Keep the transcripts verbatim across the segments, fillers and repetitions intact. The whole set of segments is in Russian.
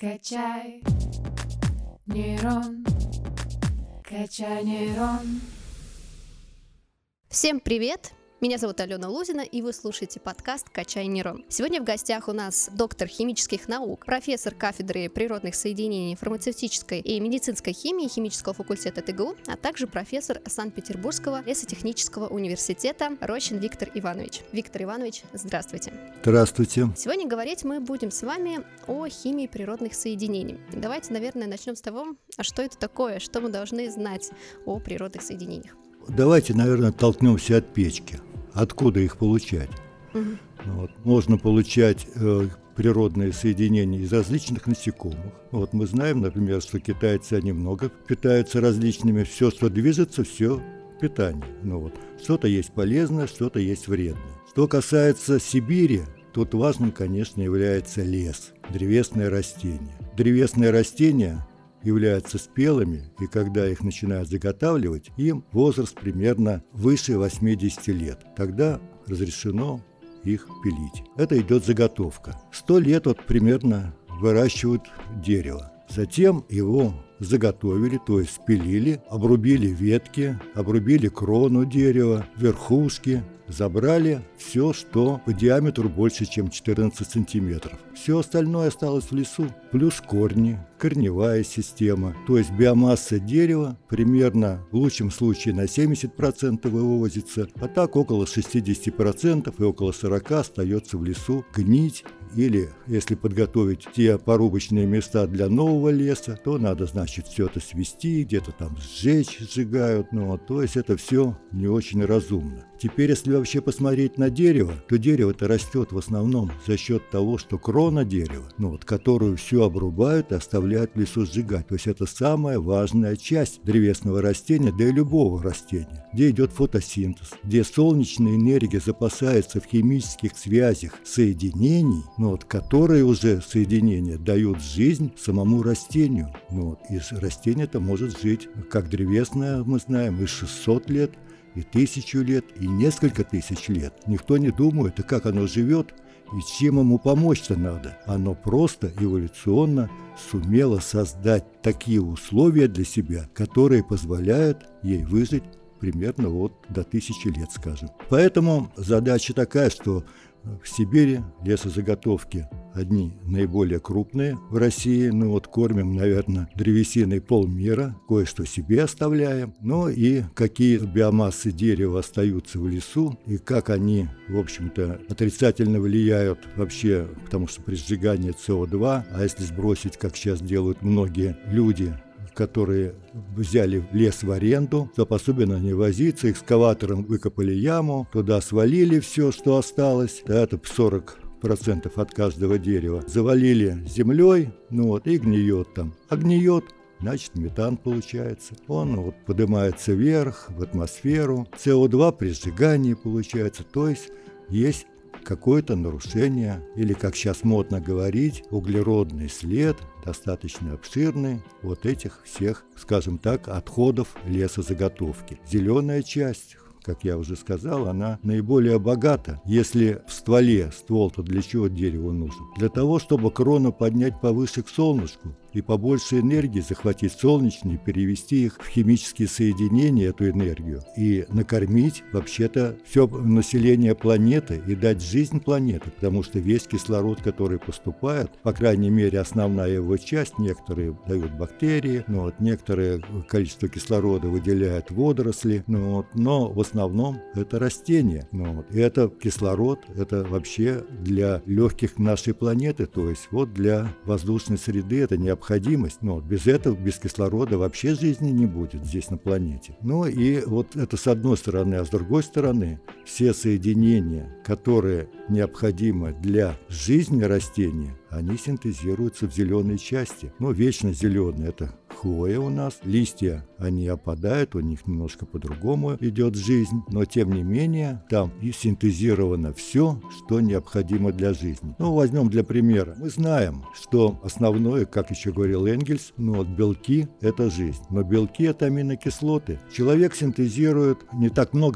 Качай нейрон, качай нейрон. Всем привет! Меня зовут Алена Лузина, и вы слушаете подкаст «Качай нейрон». Сегодня в гостях у нас доктор химических наук, профессор кафедры природных соединений фармацевтической и медицинской химии химического факультета ТГУ, а также профессор Санкт-Петербургского лесотехнического университета Рощин Виктор Иванович. Виктор Иванович, здравствуйте. Здравствуйте. Сегодня говорить мы будем с вами о химии природных соединений. Давайте, наверное, начнем с того, а что это такое, что мы должны знать о природных соединениях. Давайте, наверное, оттолкнемся от печки. Откуда их получать? Угу. Вот. Можно получать э, природные соединения из различных насекомых. Вот мы знаем, например, что китайцы, они много питаются различными. Все, что движется, все питание. Ну, вот. Что-то есть полезное, что-то есть вредное. Что касается Сибири, тут важным, конечно, является лес, древесные растения. Древесные растения являются спелыми, и когда их начинают заготавливать, им возраст примерно выше восемьдесят лет. Тогда разрешено их пилить. Это идет заготовка. Сто лет вот примерно выращивают дерево. Затем его заготовили, то есть спилили, обрубили ветки, обрубили крону дерева, верхушки, забрали все, что по диаметру больше, чем четырнадцать сантиметров. Все остальное осталось в лесу, плюс корни, корневая система, то есть биомасса дерева примерно в лучшем случае на семьдесят процентов вывозится, а так около шестьдесят процентов и около сорок процентов остается в лесу гнить. Или, если подготовить те порубочные места для нового леса, то надо, значит, все это свести, где-то там сжечь, сжигают. Ну, вот, то есть это все не очень разумно. Теперь, если вообще посмотреть на дерево, то дерево-то растет в основном за счет того, что крона дерева, ну, вот, которую все обрубают и оставляют в лесу сжигать. То есть это самая важная часть древесного растения, да и любого растения, где идет фотосинтез, где солнечная энергия запасается в химических связях соединений, ну, вот, которые уже соединения дают жизнь самому растению. Ну, вот, и растение-то может жить, как древесное, мы знаем, и шестьсот лет, и тысячу лет, и несколько тысяч лет. Никто не думает, и как оно живет, и чем ему помочь-то надо. Оно просто эволюционно сумело создать такие условия для себя, которые позволяют ей выжить примерно вот до тысячи лет, скажем. Поэтому задача такая, что в Сибири лесозаготовки одни наиболее крупные в России. Ну вот кормим, наверное, древесиной полмира, кое-что себе оставляем. Ну и какие биомассы дерева остаются в лесу, и как они, в общем-то, отрицательно влияют вообще, потому что при сжигании С О два, а если сбросить, как сейчас делают многие люди, которые взяли лес в аренду, чтобы особенно не возиться, экскаватором выкопали яму, туда свалили все, что осталось, да, это сорок процентов от каждого дерева, завалили землей, ну вот, и гниет там. А гниет, значит, метан получается. Он вот поднимается вверх, в атмосферу. С О два при сжигании получается, то есть есть какое-то нарушение, или, как сейчас модно говорить, углеродный след, достаточно обширный вот этих всех, скажем так, отходов лесозаготовки. Зеленая часть, как я уже сказал, она наиболее богата. Если в стволе, ствол-то для чего дереву нужен? Для того, чтобы крону поднять повыше к солнышку и побольше энергии захватить солнечные, перевести их в химические соединения, эту энергию, и накормить вообще-то все население планеты и дать жизнь планеты, потому что весь кислород, который поступает, по крайней мере, основная его часть, некоторые дают бактерии, ну, вот, некоторое количество кислорода выделяют водоросли, ну, вот, но в основном это растения. Ну, вот, и это кислород, это вообще для легких нашей планеты, то есть вот для воздушной среды это необходимость. Но без этого, без кислорода вообще жизни не будет здесь на планете. Ну и вот это с одной стороны, а с другой стороны, все соединения, которые необходимы для жизни растения, они синтезируются в зеленой части. Ну, вечно зеленые – это хвоя у нас. Листья, они опадают, у них немножко по-другому идет жизнь. Но, тем не менее, там и синтезировано все, что необходимо для жизни. Ну, возьмем для примера. Мы знаем, что основное, как еще говорил Энгельс, ну, вот белки – это жизнь. Но белки – это аминокислоты. Человек синтезирует не так много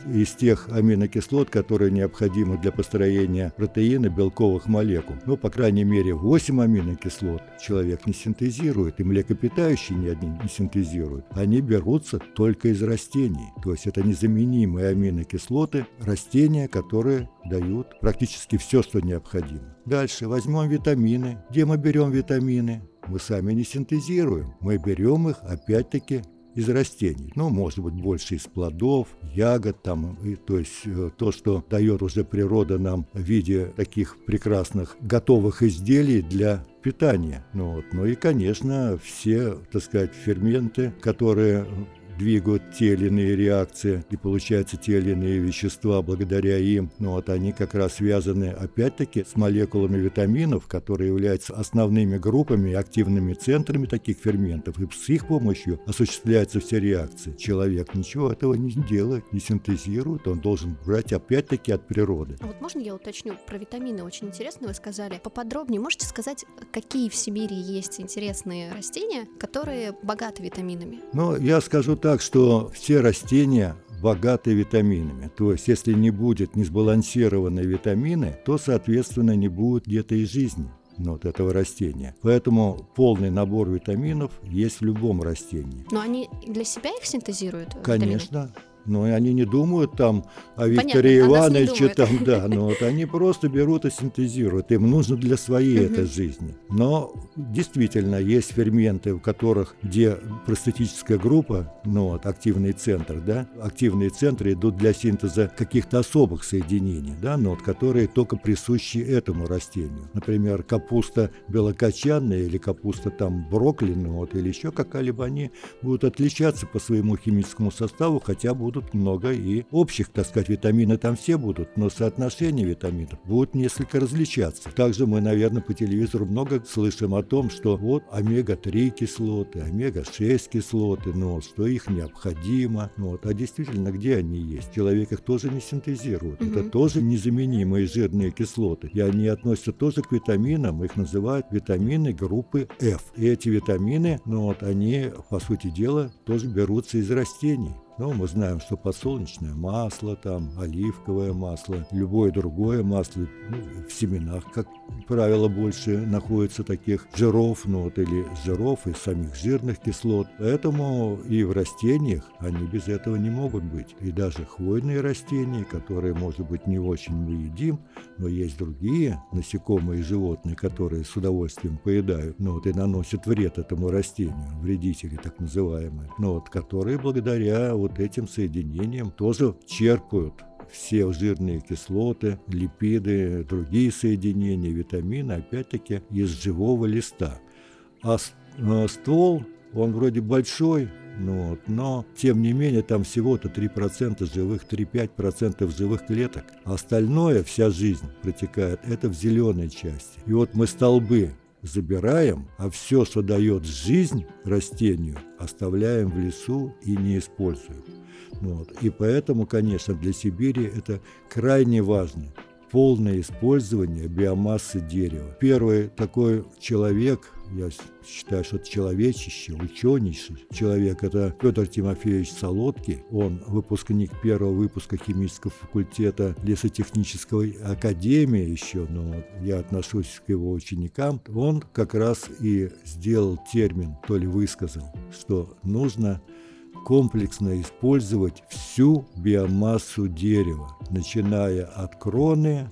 из тех аминокислот, которые необходимы для построения протеина, белковых молекул. Ну, по крайней мере, восемь аминокислот человек не синтезирует, и млекопитающие ни одни не синтезируют. Они берутся только из растений. То есть это незаменимые аминокислоты растения, которые дают практически все, что необходимо. Дальше возьмем витамины. Где мы берем витамины? Мы сами не синтезируем. Мы берем их, опять-таки, из растений. Ну, может быть, больше из плодов, ягод, там, и, то есть э, то, что дает уже природа нам в виде таких прекрасных готовых изделий для питания. Ну, вот. Ну и, конечно, все, так сказать, ферменты, которые двигают те или иные реакции, и получаются те или иные вещества благодаря им. Но вот они как раз связаны опять-таки с молекулами витаминов, которые являются основными группами, активными центрами таких ферментов, и с их помощью осуществляются все реакции. Человек ничего этого не делает, не синтезирует, он должен брать опять-таки от природы. А вот можно я уточню про витамины? Очень интересно вы сказали. Поподробнее можете сказать, какие в Сибири есть интересные растения, которые богаты витаминами? Ну, я скажу так, что все растения богаты витаминами. То есть, если не будет несбалансированные витамины, то, соответственно, не будет где-то и жизни. Ну, вот этого растения. Поэтому полный набор витаминов есть в любом растении. Но они для себя их синтезируют? Конечно. Витамины? Но они не думают там о Понятно, Викторе о нас не Ивановиче, думают. там, да, но вот они просто берут и синтезируют. Им нужно для своей Мгм. этой жизни. Но действительно есть ферменты, в которых, где простатическая группа, ну вот, активный центр, да, активные центры идут для синтеза каких-то особых соединений, да, но вот, которые только присущи этому растению. Например, капуста белокочанная или капуста там брокколи, ну вот, или еще какая-либо, они будут отличаться по своему химическому составу, хотя будут много и общих, так сказать, витамины там все будут, но соотношение витаминов будет несколько различаться. Также мы, наверное, по телевизору много слышим о том, что вот омега три кислоты, омега шесть кислоты, но что их необходимо. Ну, вот. А действительно, где они есть? Человек их тоже не синтезирует. Мгм. Это тоже незаменимые жирные кислоты. И они относятся тоже к витаминам, их называют витамины группы F. И эти витамины, ну вот, они, по сути дела, тоже берутся из растений. Ну, мы знаем, что подсолнечное масло, там, оливковое масло, любое другое масло, ну, в семенах, как правило, больше находится таких жиров, ну, вот, или жиров и самих жирных кислот. Поэтому и в растениях они без этого не могут быть. И даже хвойные растения, которые, может быть, не очень мы едим, но есть другие насекомые и животные, которые с удовольствием поедают, ну, вот, и наносят вред этому растению, вредители так называемые, ну, вот, которые благодаря вот этим соединениям тоже черпают все жирные кислоты, липиды, другие соединения, витамины, опять-таки, из живого листа. А ствол, он вроде большой, ну вот, но, тем не менее, там всего-то три процента живых, три-пять процентов живых клеток. А остальное, вся жизнь протекает, это в зеленой части. И вот мы столбы забираем, а все, что дает жизнь растению, оставляем в лесу и не используем. Вот. И поэтому, конечно, для Сибири это крайне важно. Полное использование биомассы дерева. Первый такой человек, я считаю, что это человечище, ученейший человек, это Федор Тимофеевич Солодкий. Он выпускник первого выпуска химического факультета лесотехнической академии еще, но я отношусь к его ученикам. Он как раз и сделал термин, то ли высказал, что нужно комплексно использовать всю биомассу дерева, начиная от кроны,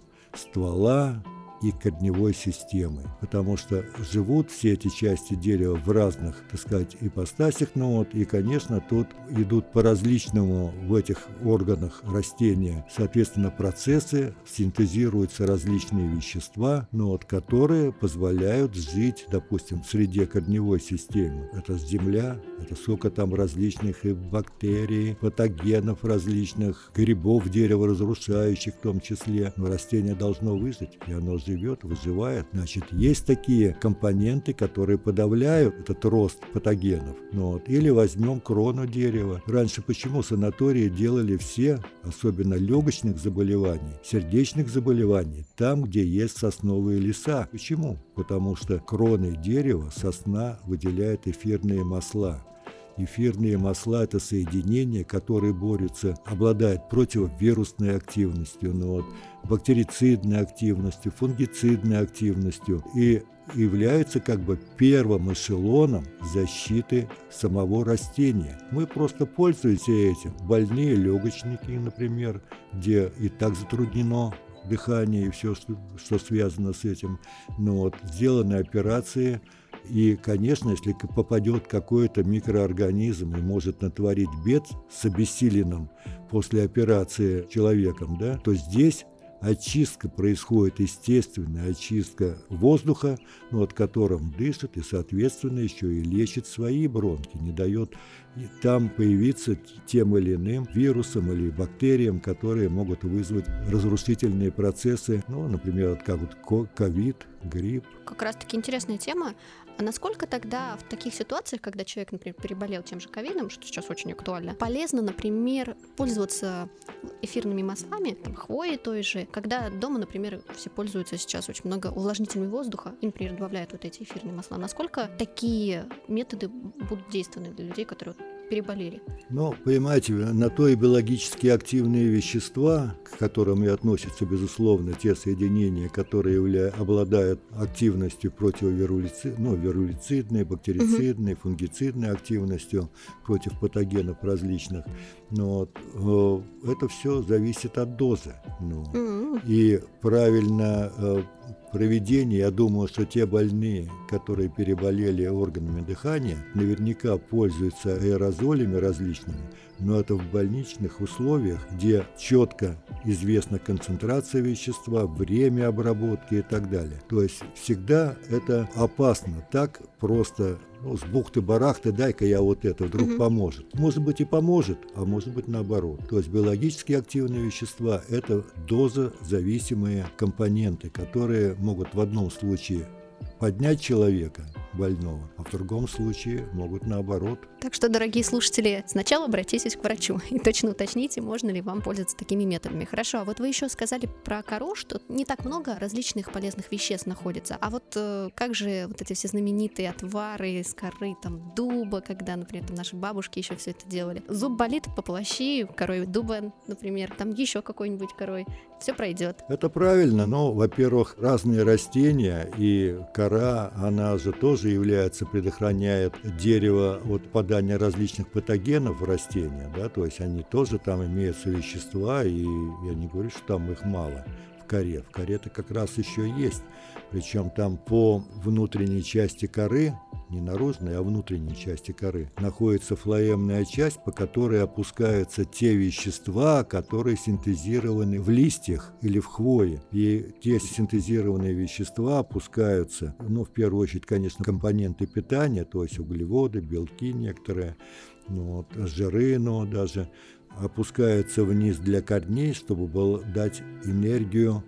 ствола и корневой системы, потому что живут все эти части дерева в разных, так сказать, ипостасях, ну вот, и, конечно, тут идут по-различному в этих органах растения, соответственно, процессы, синтезируются различные вещества, ну вот, которые позволяют жить, допустим, в среде корневой системы. Это земля, это сколько там различных и бактерий, патогенов различных, грибов дереворазрушающих в том числе. Но растение должно выжить, и оно живет. живет, выживает. Значит, есть такие компоненты, которые подавляют этот рост патогенов. Ну, вот. Или возьмем крону дерева. Раньше почему санатории делали все, особенно легочных заболеваний, сердечных заболеваний, там, где есть сосновые леса. Почему? Потому что кроны дерева, сосна, выделяет эфирные масла. Эфирные масла – это соединения, которые борются, обладают противовирусной активностью, ну, вот, бактерицидной активностью, фунгицидной активностью и являются как бы первым эшелоном защиты самого растения. Мы просто пользуемся этим. Больные легочники, например, где и так затруднено дыхание и все, что, что связано с этим. Но вот сделаны операции, и, конечно, если попадет какой-то микроорганизм и может натворить бед с обессиленным после операции человеком, да, то здесь очистка происходит, естественная очистка воздуха, ну, от которым дышит, и, соответственно, еще и лечит свои бронхи, не дает там появиться тем или иным вирусам или бактериям, которые могут вызвать разрушительные процессы, ну, например, как вот ковид, грипп. Как раз-таки интересная тема. А насколько тогда в таких ситуациях, когда человек, например, переболел тем же ковидом, что сейчас очень актуально, полезно, например, пользоваться эфирными маслами, там, хвоей той же, когда дома, например, все пользуются сейчас очень много увлажнителями воздуха и, например, добавляют вот эти эфирные масла. Насколько такие методы будут действенны для людей, которые переболели? Ну, понимаете, на то и биологически активные вещества, к которым и относятся, безусловно, те соединения, которые явля... обладают активностью противовирулицидной, ну, вирулицидной, бактерицидной, фунгицидной активностью против патогенов различных. Но э, это все зависит от дозы. Ну, mm-hmm. И правильно э, проведение, я думаю, что те больные, которые переболели органами дыхания, наверняка пользуются аэрозолями различными, но это в больничных условиях, где четко известна концентрация вещества, время обработки и так далее. То есть всегда это опасно. Так просто, ну, с бухты-барахты, дай-ка я вот это, вдруг угу. поможет. Может быть и поможет, а может быть наоборот. То есть биологически активные вещества – это дозозависимые компоненты, которые могут в одном случае поднять человека больного, а в другом случае могут наоборот. Так что, дорогие слушатели, сначала обратитесь к врачу и точно уточните, можно ли вам пользоваться такими методами. Хорошо, а вот вы еще сказали про кору, что не так много различных полезных веществ находится. А вот э, как же вот эти все знаменитые отвары из коры, там, дуба, когда, например, там наши бабушки еще все это делали. Зуб болит, пополощи корой дуба, например, там еще какой-нибудь корой. Все пройдет. Это правильно, но, во-первых, разные растения, и кора, она же тоже является, предохраняет дерево от попадания различных патогенов в растения, да, то есть они тоже там имеются вещества, и я не говорю, что там их мало в коре. В коре-то как раз еще есть, причем там по внутренней части коры, не наружной, а внутренней части коры, находится флоемная часть, по которой опускаются те вещества, которые синтезированы в листьях или в хвое. И те синтезированные вещества опускаются, ну, в первую очередь, конечно, компоненты питания, то есть углеводы, белки некоторые, ну, вот, жиры, но даже опускаются вниз для корней, чтобы было, дать энергию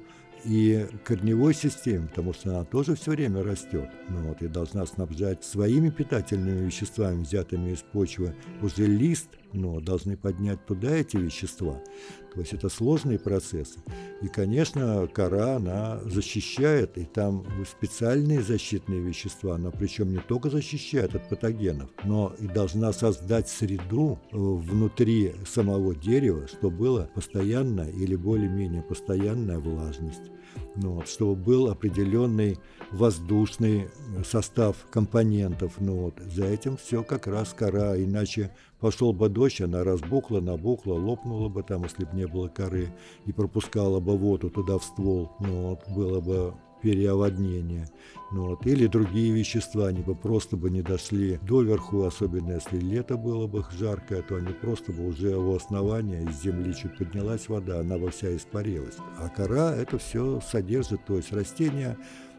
и корневой системе, потому что она тоже все время растет, ну, вот, и должна снабжать своими питательными веществами, взятыми из почвы, уже лист, но должны поднять туда эти вещества. То есть это сложные процессы. И, конечно, кора, она защищает, и там специальные защитные вещества, она причем не только защищает от патогенов, но и должна создать среду внутри самого дерева, чтобы была постоянная или более-менее постоянная влажность. Ну, вот, чтобы был определенный воздушный состав компонентов. Ну, вот, за этим все как раз кора, иначе пошел бы дождь, она разбухла, набухла, лопнула бы там, если бы не было коры, и пропускала бы воду туда в ствол, ну, вот, было бы переоводнение. Ну, вот, или другие вещества, они бы просто бы не дошли доверху, особенно если лето было бы жаркое, то они просто бы уже у основания из земли чуть поднялась вода, она бы вся испарилась. А кора это все содержит, то есть растение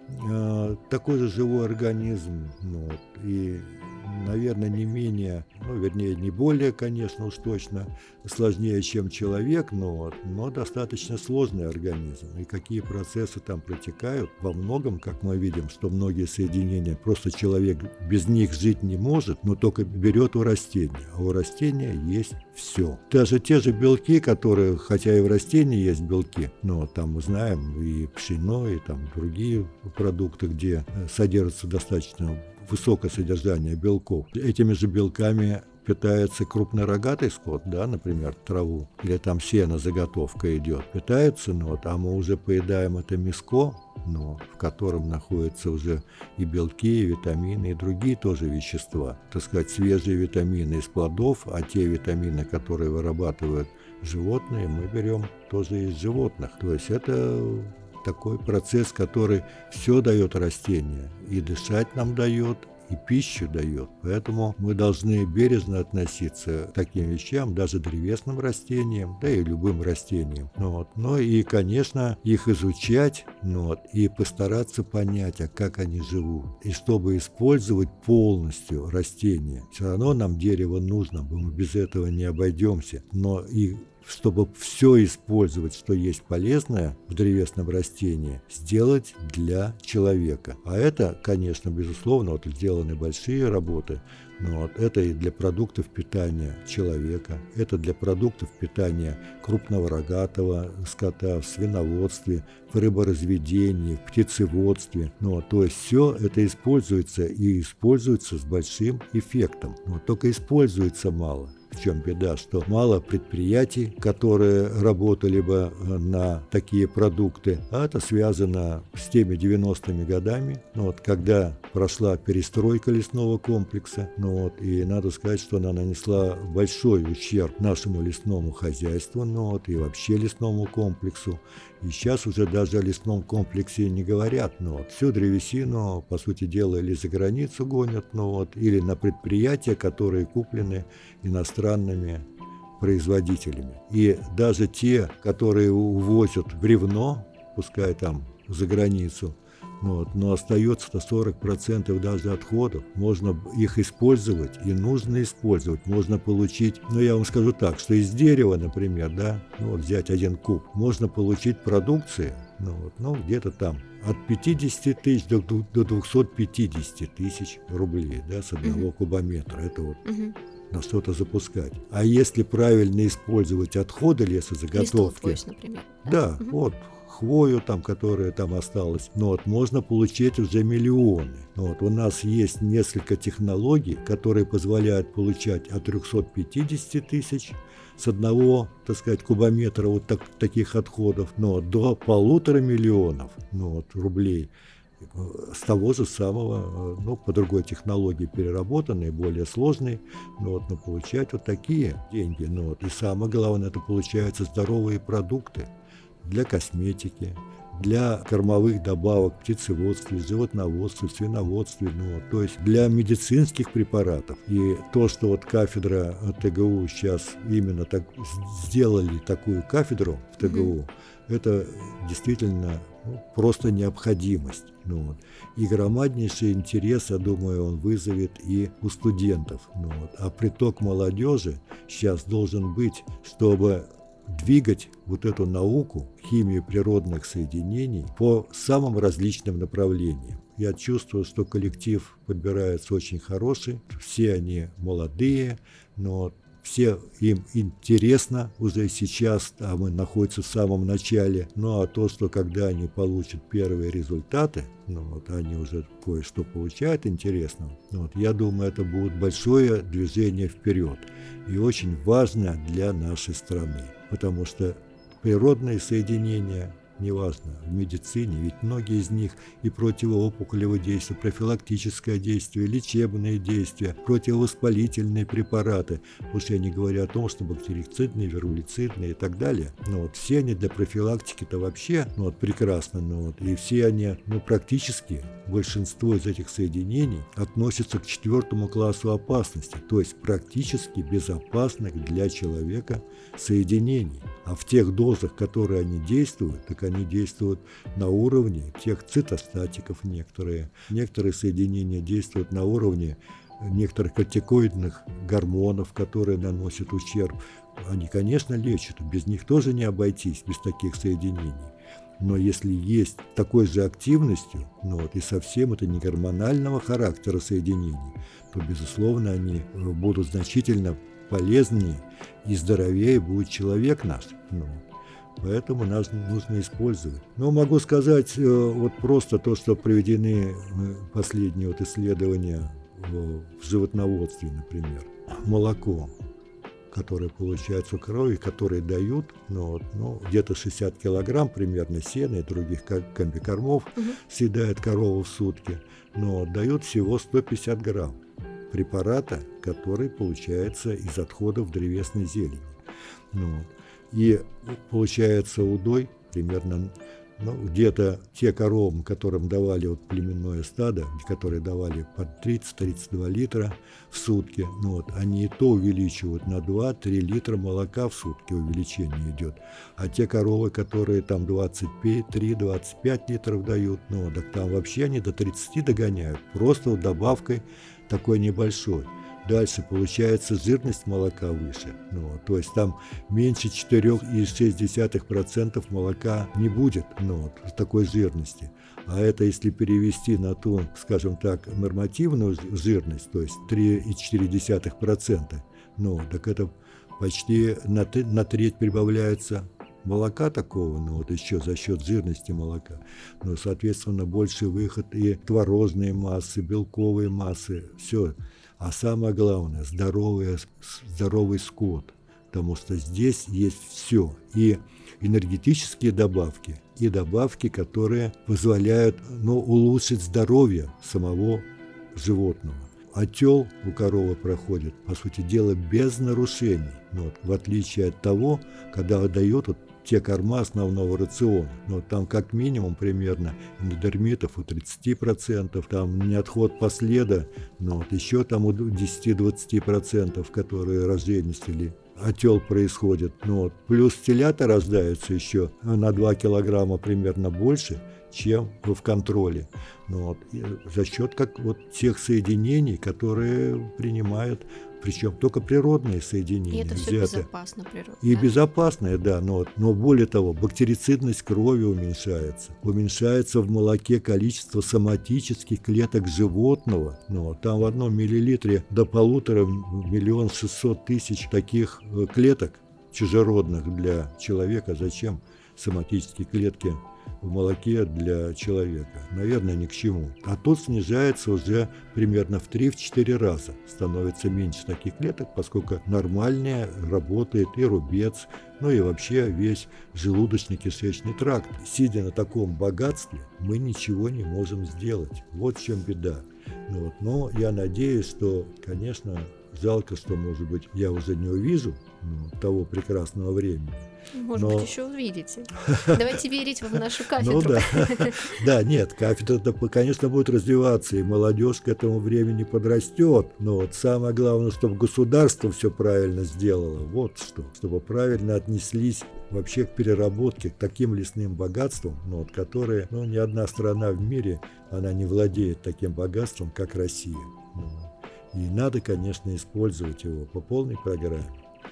э, такой же живой организм, ну, вот, и, наверное, не менее, ну, вернее, не более, конечно, уж точно сложнее, чем человек, но, вот, но достаточно сложный организм. И какие процессы там протекают, во многом, как мы видим, что многие соединения, просто человек без них жить не может, но только берет у растения. А у растения есть все. Даже те же белки, которые, хотя и в растении есть белки, но там мы знаем и пшено, и там другие продукты, где содержится достаточно высокое содержание белков. Этими же белками питается крупнорогатый скот, да, например, траву, или там сено заготовка идет, питается, ну, вот, а мы уже поедаем это мяско, ну, в котором находятся уже и белки, и витамины, и другие тоже вещества. Так сказать, свежие витамины из плодов, а те витамины, которые вырабатывают животные, мы берем тоже из животных. То есть это такой процесс, который все дает растение, и дышать нам дает, и пищу дает. Поэтому мы должны бережно относиться к таким вещам, даже древесным растениям, да и любым растениям. Ну, вот. Ну и, конечно, их изучать, ну, вот, и постараться понять, а как они живут. И чтобы использовать полностью растения, все равно нам дерево нужно, мы без этого не обойдемся. Но и чтобы все использовать, что есть полезное в древесном растении, сделать для человека. А это, конечно, безусловно, вот сделаны большие работы, но вот это и для продуктов питания человека, это для продуктов питания крупного рогатого скота в свиноводстве, в рыборазведении, в птицеводстве. Ну, то есть все это используется и используется с большим эффектом. Но только используется мало. В чем беда, что мало предприятий, которые работали бы на такие продукты, а это связано с теми девяностыми годами, ну, вот, когда прошла перестройка лесного комплекса, ну, вот, и надо сказать, что она нанесла большой ущерб нашему лесному хозяйству, ну, вот, и вообще лесному комплексу. И сейчас уже даже о лесном комплексе не говорят, ну, вот, всю древесину, по сути дела, или за границу гонят, ну, вот, или на предприятия, которые куплены иностранными производителями. И даже те, которые увозят бревно, пускай там за границу, ну, вот, но остается-то сорок процентов даже отходов. Можно их использовать, и нужно использовать. Можно получить, ну, я вам скажу так, что из дерева, например, да, ну, вот взять один куб, можно получить продукции, ну, вот, ну, где-то там от пятидесяти тысяч до, до двухсот пятидесяти тысяч рублей, да, с одного uh-huh. кубометра. Это вот uh-huh. на что-то запускать. А если правильно использовать отходы лесозаготовки, листву, например, да, да uh-huh. вот, хвою, там, которая там осталась, но вот, можно получить уже миллионы. Вот, у нас есть несколько технологий, которые позволяют получать от трехсот пятидесяти тысяч с одного, так сказать, кубометра вот так, таких отходов, но до полутора миллионов, ну, вот, рублей с того же самого, ну, по другой технологии переработанной, более сложной, ну, вот, но получать вот такие деньги. Ну, вот, и самое главное, это получаются здоровые продукты для косметики, для кормовых добавок, птицеводстве, животноводстве, свиноводстве, ну, то есть для медицинских препаратов. И то, что вот кафедра ТГУ сейчас именно так сделали такую кафедру в ТГУ, mm-hmm. это действительно, ну, просто необходимость. Ну, вот. И громаднейший интерес, я думаю, он вызовет и у студентов. Ну, вот. А приток молодежи сейчас должен быть, чтобы двигать вот эту науку, химию природных соединений по самым различным направлениям. Я чувствую, что коллектив подбирается очень хороший, все они молодые, но все им интересно уже сейчас, а мы находимся в самом начале. Ну а то, что когда они получат первые результаты, ну вот они уже кое-что получают интересного, вот, я думаю, это будет большое движение вперед и очень важно для нашей страны, потому что природные соединения, неважно, в медицине, ведь многие из них и противоопухолевое действие, профилактическое действие, лечебные действия, противовоспалительные препараты, уж я не говорю о том, что бактерицидные, вирулицидные и так далее, но вот все они для профилактики-то вообще, ну вот прекрасно, ну вот, и все они, ну практически, большинство из этих соединений относятся к четвертому классу опасности, то есть практически безопасных для человека соединений. А в тех дозах, которые они действуют, так они действуют на уровне тех цитостатиков некоторые. Некоторые соединения действуют на уровне некоторых кортикоидных гормонов, которые наносят ущерб. Они, конечно, лечат, без них тоже не обойтись, без таких соединений. Но если есть такой же активностью, ну вот, и совсем это не гормонального характера соединений, то, безусловно, они будут значительно полезнее и здоровее будет человек наш. Ну, поэтому нас нужно использовать. Но могу сказать вот просто то, что проведены последние вот исследования в животноводстве, например. молоко, которые получаются у коровы, которые дают ну, вот, ну, где-то шестьдесят килограмм примерно сена и других комбикормов угу. съедает корова в сутки, но дают всего сто пятьдесят грамм препарата, который получается из отходов древесной зелени. Ну, вот. И получается удой примерно ну, где-то те коровам, которым давали вот, племенное стадо, которые давали под тридцать-тридцать два литра в сутки, ну, вот, они и то увеличивают на два-три литра молока в сутки, увеличение идет. А те коровы, которые там двадцать три-двадцать пять литров дают, ну, так там вообще они до тридцати догоняют, просто вот добавкой такой небольшой. Дальше получается жирность молока выше. Ну, то есть там меньше четыре целых шесть десятых процента молока не будет ну, вот, с такой жирности. А это если перевести на ту, скажем так, нормативную жирность, то есть три целых четыре десятых процента, ну, так это почти на, на треть прибавляется молока такого, ну вот еще за счет жирности молока. Ну, соответственно, больше выход и творожные массы, белковые массы, все. А самое главное, здоровый, здоровый скот, потому что здесь есть все, и энергетические добавки, и добавки, которые позволяют ну, улучшить здоровье самого животного. Отел у коровы проходит, по сути дела, без нарушений, ну, вот, в отличие от того, когда дает вот, те корма основного рациона. Но там как минимум примерно эндодермитов у тридцати процентов, там не отход последа, но вот еще там у десяти-двадцати процентов, которые рожденистели. Отел происходит. Ну, вот. Плюс телята рождаются еще на два килограмма примерно больше, чем в контроле. Ну, вот. За счет как, вот, тех соединений, которые принимают, причем только природные соединения. И это все взяты. Безопасно природно. И да? безопасное, да, но, но более того, бактерицидность крови уменьшается. Уменьшается в молоке количество соматических клеток животного. Ну, там в одном миллилитре до полутора миллион шестьсот тысяч таких клеток чужеродных для человека. Зачем соматические клетки в молоке для человека? Наверное, ни к чему. А тут снижается уже примерно в три-четыре раза. Становится меньше таких клеток, поскольку нормальнее работает и рубец, ну и вообще весь желудочно-кишечный тракт. Сидя на таком богатстве, мы ничего не можем сделать. Вот в чем беда. Ну вот. Но я надеюсь, что, конечно, жалко, что, может быть, я уже не увижу ну, того прекрасного времени. Может Но... быть, еще увидите. Давайте верить в нашу кафедру. Ну да, да, нет, кафедра, конечно, будет развиваться, и молодежь к этому времени подрастет. Но вот самое главное, чтобы государство все правильно сделало. Вот что, чтобы правильно отнеслись вообще к переработке, к таким лесным богатствам, ну, вот, которые, ну, ни одна страна в мире, она не владеет таким богатством, как Россия. Ну, и надо, конечно, использовать его по полной программе.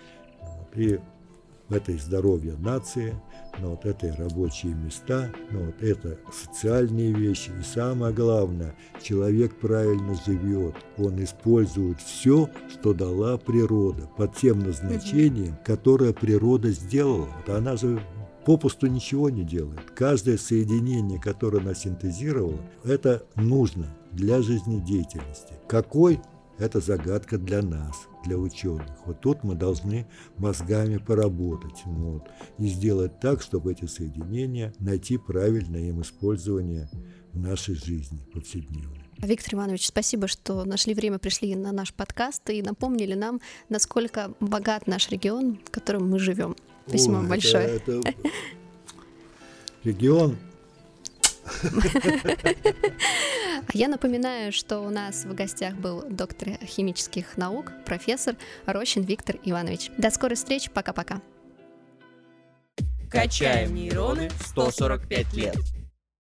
Вот, и это и здоровье нации, но вот это и рабочие места, но вот это социальные вещи. И самое главное, человек правильно живет, он использует все, что дала природа, по тем назначениям, которое природа сделала. Вот она же попусту ничего не делает. Каждое соединение, которое она синтезировала, это нужно для жизнедеятельности. Какой? Это загадка для нас, для ученых. Вот тут мы должны мозгами поработать вот, и сделать так, чтобы эти соединения найти правильное им использование в нашей жизни повседневной. Виктор Иванович, спасибо, что нашли время, пришли на наш подкаст и напомнили нам, насколько богат наш регион, в котором мы живем. Спасибо вам большое. Это, это... Регион. Я напоминаю, что у нас в гостях был доктор химических наук, профессор Рощин Виктор Иванович. До скорой встречи, пока-пока. Качаем нейроны сто сорок пять лет.